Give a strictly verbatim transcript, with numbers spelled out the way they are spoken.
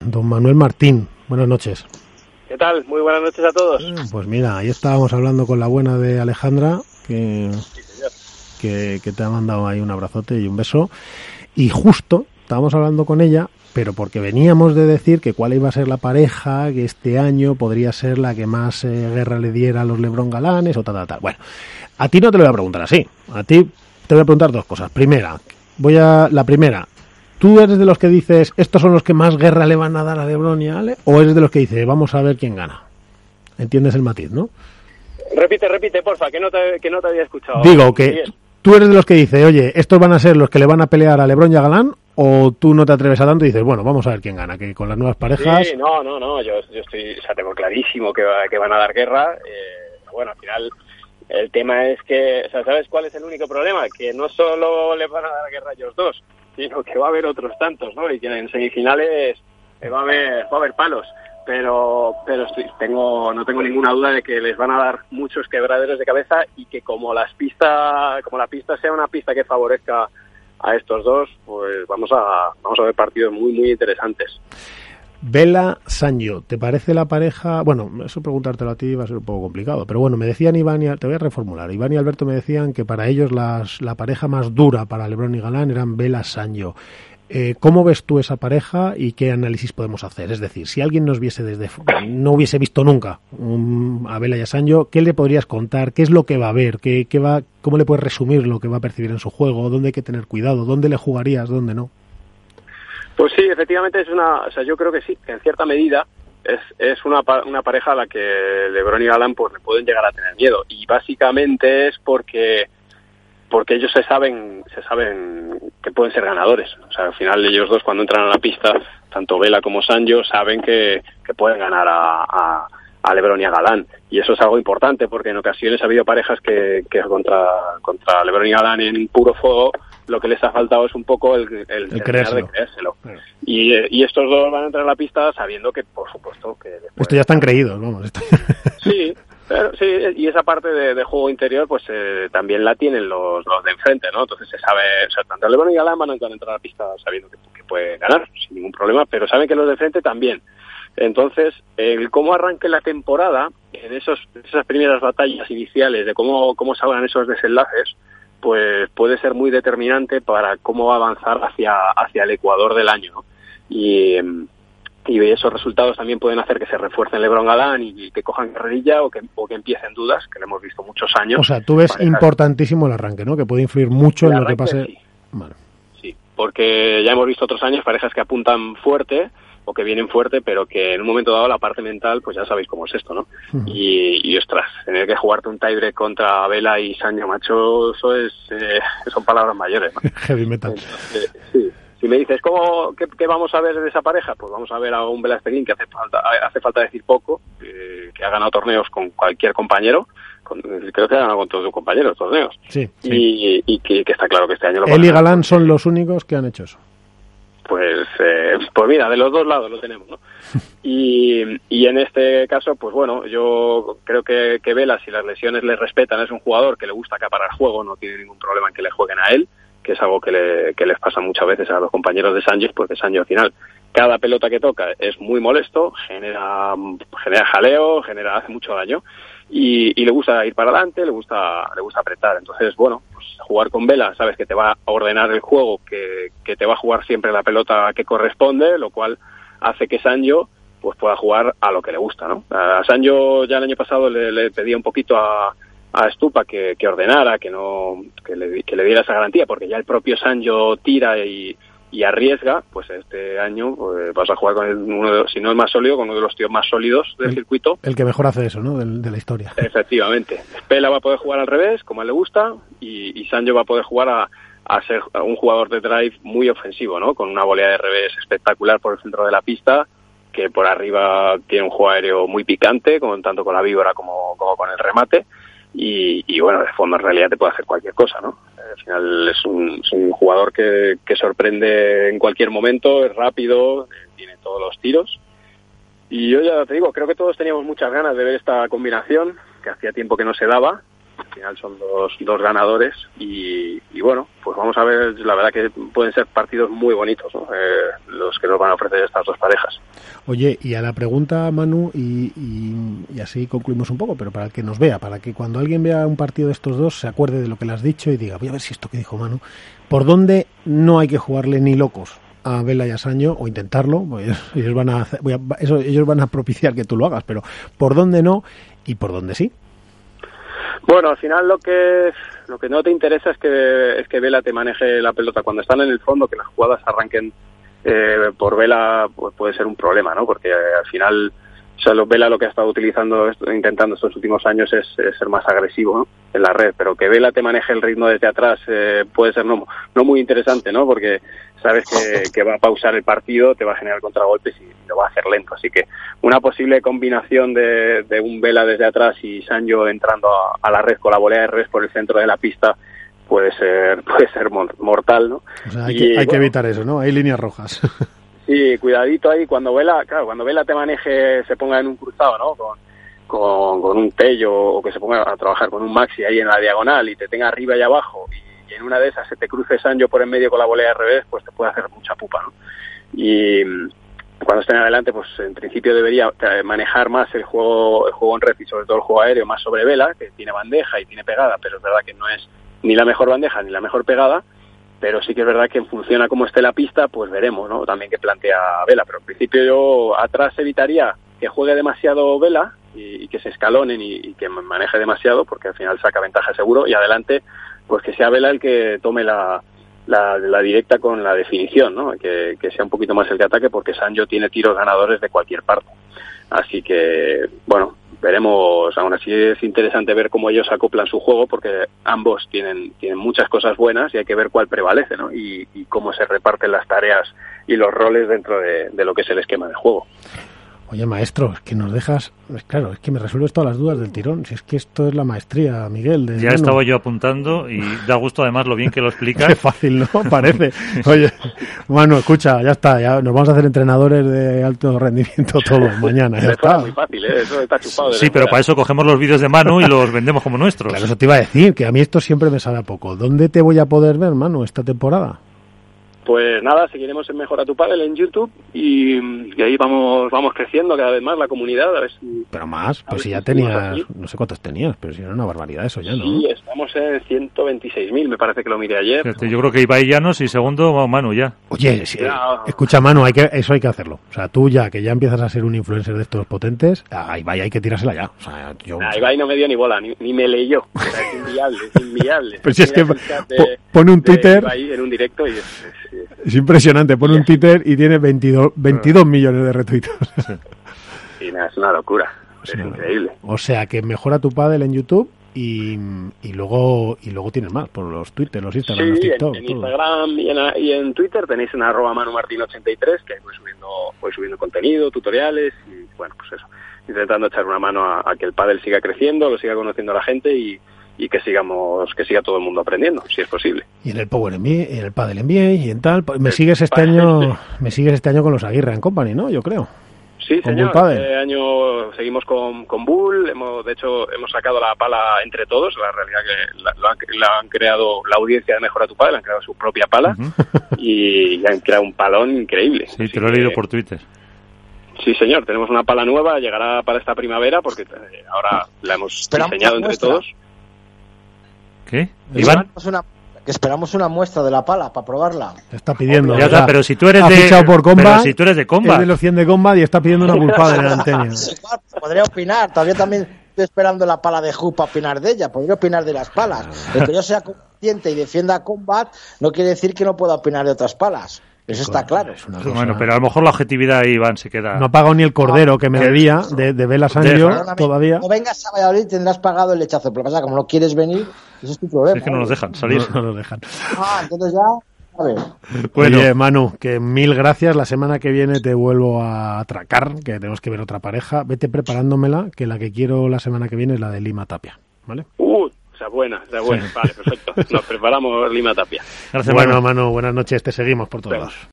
don Manuel Martín. Buenas noches. ¿Qué tal? Muy buenas noches a todos. Pues mira, ahí estábamos hablando con la buena de Alejandra, que, Sí, señor. que, que te ha mandado ahí un abrazote y un beso. Y justo estábamos hablando con ella, pero porque veníamos de decir que cuál iba a ser la pareja que este año podría ser la que más eh, guerra le diera a los LeBron Galanes o tal, tal, tal. Bueno, a ti no te lo voy a preguntar así. A ti te voy a preguntar dos cosas. Primera, voy a la primera. ¿Tú eres de los que dices estos son los que más guerra le van a dar a LeBron y a Ale? ¿O eres de los que dices vamos a ver quién gana? ¿Entiendes el matiz, no? Repite, repite, porfa, que no te, que no te había escuchado. Digo que Bien. tú eres de los que dice, oye, estos van a ser los que le van a pelear a LeBron y a Galán, o tú no te atreves a tanto y dices, bueno, vamos a ver quién gana, que con las nuevas parejas... Sí, no, no, no, yo, yo estoy, o sea, tengo clarísimo que, va, que van a dar guerra. Eh, bueno, al final el tema es que, o sea, ¿sabes cuál es el único problema? Que no solo le van a dar guerra a ellos dos, sino que va a haber otros tantos, ¿no? Y que en semifinales eh, va a haber, va a haber palos. Pero, pero estoy, tengo, no tengo ninguna duda de que les van a dar muchos quebraderos de cabeza y que como las pistas, como la pista sea una pista que favorezca a estos dos, pues vamos a, vamos a ver partidos muy, muy interesantes. Vela Sanyo, ¿te parece la pareja? Bueno, eso preguntártelo a ti va a ser un poco complicado, pero bueno, me decían Iván y te voy a reformular. Iván y Alberto me decían que para ellos las, la pareja más dura para LeBron y Galán eran Vela Sanyo. Eh, ¿Cómo ves tú esa pareja y qué análisis podemos hacer? Es decir, si alguien nos viese desde no hubiese visto nunca um, a Vela y a Sanyo, ¿qué le podrías contar? ¿Qué es lo que va a ver? ¿Qué, qué va, ¿Cómo le puedes resumir lo que va a percibir en su juego? ¿Dónde hay que tener cuidado? ¿Dónde le jugarías? ¿Dónde no? Pues sí, efectivamente es una, o sea, yo creo que sí, que en cierta medida es, es una, una pareja a la que LeBron y Galán pues le pueden llegar a tener miedo, y básicamente es porque porque ellos se saben se saben que pueden ser ganadores. O sea, al final ellos dos cuando entran a la pista, tanto Vela como Sanyo, saben que, que pueden ganar a, a, a LeBron y a Galán, y eso es algo importante porque en ocasiones ha habido parejas que, que contra contra LeBron y Galán en puro fuego lo que les ha faltado es un poco el, el, el creérselo. de creérselo. Claro. Y, y estos dos van a entrar a la pista sabiendo que, por supuesto, que... Después... Esto ya están creídos, vamos. Esto... Sí, pero, sí, y esa parte de, de juego interior, pues eh, también la tienen los, los de enfrente, ¿no? Entonces se sabe, o sea, tanto LeBron y Galán van a entrar a la pista sabiendo que, que pueden ganar, sin ningún problema, pero saben que los de enfrente también. Entonces, el cómo arranque la temporada, en esos, esas primeras batallas iniciales, de cómo, cómo salgan esos desenlaces, pues puede ser muy determinante para cómo va a avanzar hacia hacia el Ecuador del año, ¿no? Y, y esos resultados también pueden hacer que se refuercen LeBron Galán y, y que cojan carrerilla o que, o que empiecen dudas, que lo hemos visto muchos años. O sea, tú ves parejas... importantísimo el arranque, ¿no? Que puede influir mucho el en lo que pase. Sí. Vale. Sí, porque ya hemos visto otros años parejas que apuntan fuerte o que vienen fuerte, pero que en un momento dado la parte mental, pues ya sabéis cómo es esto, ¿no? Uh-huh. Y, y ostras, tener que jugarte un tiebreak contra Vela y Sanyo, macho, eso es, eh, son palabras mayores, ¿no? Heavy metal. Entonces, sí. Si me dices, ¿cómo, qué, qué vamos a ver de esa pareja? Pues vamos a ver a un Vela Esteguín que hace falta, hace falta decir poco, eh, que ha ganado torneos con cualquier compañero, con, creo que ha ganado con todos sus compañeros torneos. Sí, sí. Y, y que, que está claro que este año lo Él y Galán son los únicos que han hecho eso. Pues, eh, pues mira, de los dos lados lo tenemos, ¿no? Y, y en este caso, pues bueno, yo creo que, que Vela, si las lesiones le respetan, es un jugador que le gusta acaparar juego, no tiene ningún problema en que le jueguen a él, que es algo que, le, que les pasa muchas veces a los compañeros de Sanyo, porque Sanyo al final, cada pelota que toca es muy molesto, genera, genera jaleo, genera, hace mucho daño, y, y le gusta ir para adelante, le gusta, le gusta apretar. Entonces, bueno, pues jugar con Vela, sabes que te va a ordenar el juego, que, que te va a jugar siempre la pelota que corresponde, lo cual hace que Sanyo pues pueda jugar a lo que le gusta, ¿no? A Sanyo ya el año pasado le, le pedía un poquito a, a Estupa que, que ordenara, que no que le, que le diera esa garantía, porque ya el propio Sanyo tira y, y arriesga. Pues este año pues, vas a jugar con el, uno de, si no es más sólido, con uno de los tíos más sólidos del el, circuito. El que mejor hace eso, ¿no? De, de la historia. Efectivamente. Pela va a poder jugar al revés, como a él le gusta, y, y Sanyo va a poder jugar a, a ser un jugador de drive muy ofensivo, ¿no? Con una volea de revés espectacular por el centro de la pista, que por arriba tiene un juego aéreo muy picante, con, tanto con la víbora como, como con el remate. Y, y bueno, de fondo en realidad te puede hacer cualquier cosa, ¿no? Al final es un, es un jugador que, que sorprende en cualquier momento, es rápido, tiene todos los tiros. Y yo ya te digo, creo que todos teníamos muchas ganas de ver esta combinación, que hacía tiempo que no se daba, Al final son dos, dos ganadores y, y bueno, pues vamos a ver, la verdad que pueden ser partidos muy bonitos, ¿no? eh, los que nos van a ofrecer estas dos parejas. Oye, y a la pregunta, Manu, y, y, y así concluimos un poco, pero para el que nos vea, para que cuando alguien vea un partido de estos dos se acuerde de lo que le has dicho y diga, voy a ver si esto que dijo Manu, ¿por dónde no hay que jugarle ni locos a Vela y a Sanyo, o intentarlo? Pues ellos van a, hacer, voy a eso, ellos van a propiciar que tú lo hagas, pero ¿por dónde no y por dónde sí? Bueno, al final lo que lo que no te interesa es que es que Vela te maneje la pelota cuando están en el fondo, que las jugadas arranquen eh, por Vela, pues puede ser un problema, ¿no? Porque eh, al final, o sea, Vela lo que ha estado utilizando, esto, intentando estos últimos años es, es ser más agresivo, ¿no? En la red, pero que Vela te maneje el ritmo desde atrás eh, puede ser no, no muy interesante, ¿no? Porque sabes que, que va a pausar el partido, te va a generar contragolpes y lo va a hacer lento. Así que una posible combinación de, de un Vela desde atrás y Sanyo entrando a, a la red con la volea de revés por el centro de la pista puede ser puede ser mortal, ¿no? O sea, hay, y, que, hay bueno, que evitar eso, ¿no? Hay líneas rojas. Sí, cuidadito ahí cuando Vela, claro, cuando Vela te maneje, se ponga en un cruzado, ¿no? Con, con, con un Tello o que se ponga a trabajar con un Maxi ahí en la diagonal y te tenga arriba y abajo y, y en una de esas se te cruce Sanyo por en medio con la volea de revés, pues te puede hacer mucha pupa, ¿no? Y cuando estén adelante, pues en principio debería manejar más el juego el juego en red y sobre todo el juego aéreo más sobre Vela, que tiene bandeja y tiene pegada, pero es verdad que no es ni la mejor bandeja ni la mejor pegada, pero sí que es verdad que en función a cómo esté la pista, pues veremos, ¿no? También que plantea Vela, pero en principio yo atrás evitaría que juegue demasiado Vela y, y que se escalonen y, y que maneje demasiado, porque al final saca ventaja seguro, y adelante, pues que sea Vela el que tome la, la, la directa con la definición, ¿no? Que, que sea un poquito más el que ataque, porque Sanyo tiene tiros ganadores de cualquier parte. Así que, bueno, veremos. Aún así es interesante ver cómo ellos acoplan su juego, porque ambos tienen tienen muchas cosas buenas y hay que ver cuál prevalece, ¿no? Y, y cómo se reparten las tareas y los roles dentro de, de lo que es el esquema de juego. Oye, maestro, es que nos dejas... Claro, es que me resuelves todas las dudas del tirón. Si es que esto es la maestría, Miguel. De, ya bueno. Estaba yo apuntando y da gusto además lo bien que lo explicas. Qué fácil, ¿no? Parece. Oye, Manu, escucha, ya está. Ya nos vamos a hacer entrenadores de alto rendimiento todos mañana. Ya está. Muy fácil, ¿eh? Eso está chupado. Sí, pero para eso cogemos los vídeos de Manu y los vendemos como nuestros. Claro, eso te iba a decir, que a mí esto siempre me sabe a poco. ¿Dónde te voy a poder ver, Manu, esta temporada? Pues nada, seguiremos en Mejora tu Pádel en YouTube y, y ahí vamos vamos creciendo cada vez más la comunidad. A ver si, pero más, pues si ya tenías, no sé cuántos tenías, pero si era una barbaridad eso ya, ¿no? Sí, estamos en ciento veintiséis mil, me parece que lo miré ayer. Yo creo que Ibai Llanos y segundo Manu ya. Oye, si, ya. escucha Manu, hay que, eso hay que hacerlo. O sea, tú ya, que ya empiezas a ser un influencer de estos potentes, a Ibai hay que tirársela ya. O sea, yo, nah, Ibai no me dio ni bola, ni, ni me leyó. O sea, es inviable, es inviable. Pero si es que de, pone un Twitter... Ibai en un directo y es, es, es, es impresionante. Pone un Twitter y tiene veintidós, veintidós millones de retweets. Sí, nada, es una locura. Es sí, increíble. O sea, que Mejora tu Pádel en YouTube y, y luego y luego tienes más por los Twitter, los Instagram, sí, los TikTok. En, en Instagram y en, y en Twitter tenéis en arroba Manu Martín ochenta y tres, que voy subiendo, voy subiendo contenido, tutoriales y bueno, pues eso. Intentando echar una mano a, a que el pádel siga creciendo, lo siga conociendo a la gente y y que sigamos que siga todo el mundo aprendiendo, si es posible. Y en el Power N B A, en el Padel N B A y en tal, me sigues este año, me sigues este año con los Aguirre and Company, ¿no? Yo creo. Sí, señor. Este año seguimos con, con Bull, hemos, de hecho hemos sacado la pala entre todos, la realidad que la, la, la han creado la audiencia de Mejora tu Pádel, han creado su propia pala uh-huh. y, y han creado un palón increíble. Sí, te lo he leído por Twitter. Sí, señor, tenemos una pala nueva, llegará para esta primavera porque eh, ahora la hemos Esperamos diseñado entre todos. ¿Qué? ¿Iván? Una, que esperamos una muestra de la pala para probarla. Te está pidiendo. Ya está, pero si tú eres de por Combat, pero si tú eres de Combat. Es de los cien de Combat y está pidiendo una pulpada de la antena. Podría opinar, todavía también estoy esperando la pala de Ju para opinar de ella, podría opinar de las palas. El que yo sea consciente y defienda a Combat no quiere decir que no pueda opinar de otras palas. Eso está claro. Bueno, pero a lo mejor la objetividad ahí, Iván, se queda... No ha pagado ni el cordero que me debía de, de Vela Sanyo todavía. No vengas a Valladolid tendrás pagado el lechazo. Pero pasa, como no quieres venir, eso es tu problema. Es que no nos dejan salir. No, no nos dejan. Ah, entonces ya... A ver. Bueno. Oye, Manu, que mil gracias. La semana que viene te vuelvo a atracar, que tenemos que ver otra pareja. Vete preparándomela, que la que quiero la semana que viene es la de Lima Tapia. ¿Vale? Uh, esa buena, esa buena. Sí. Vale, perfecto. Nos preparamos Lima Tapia. Gracias, bueno, Manu. Manu, buenas noches. Te seguimos por todos lados.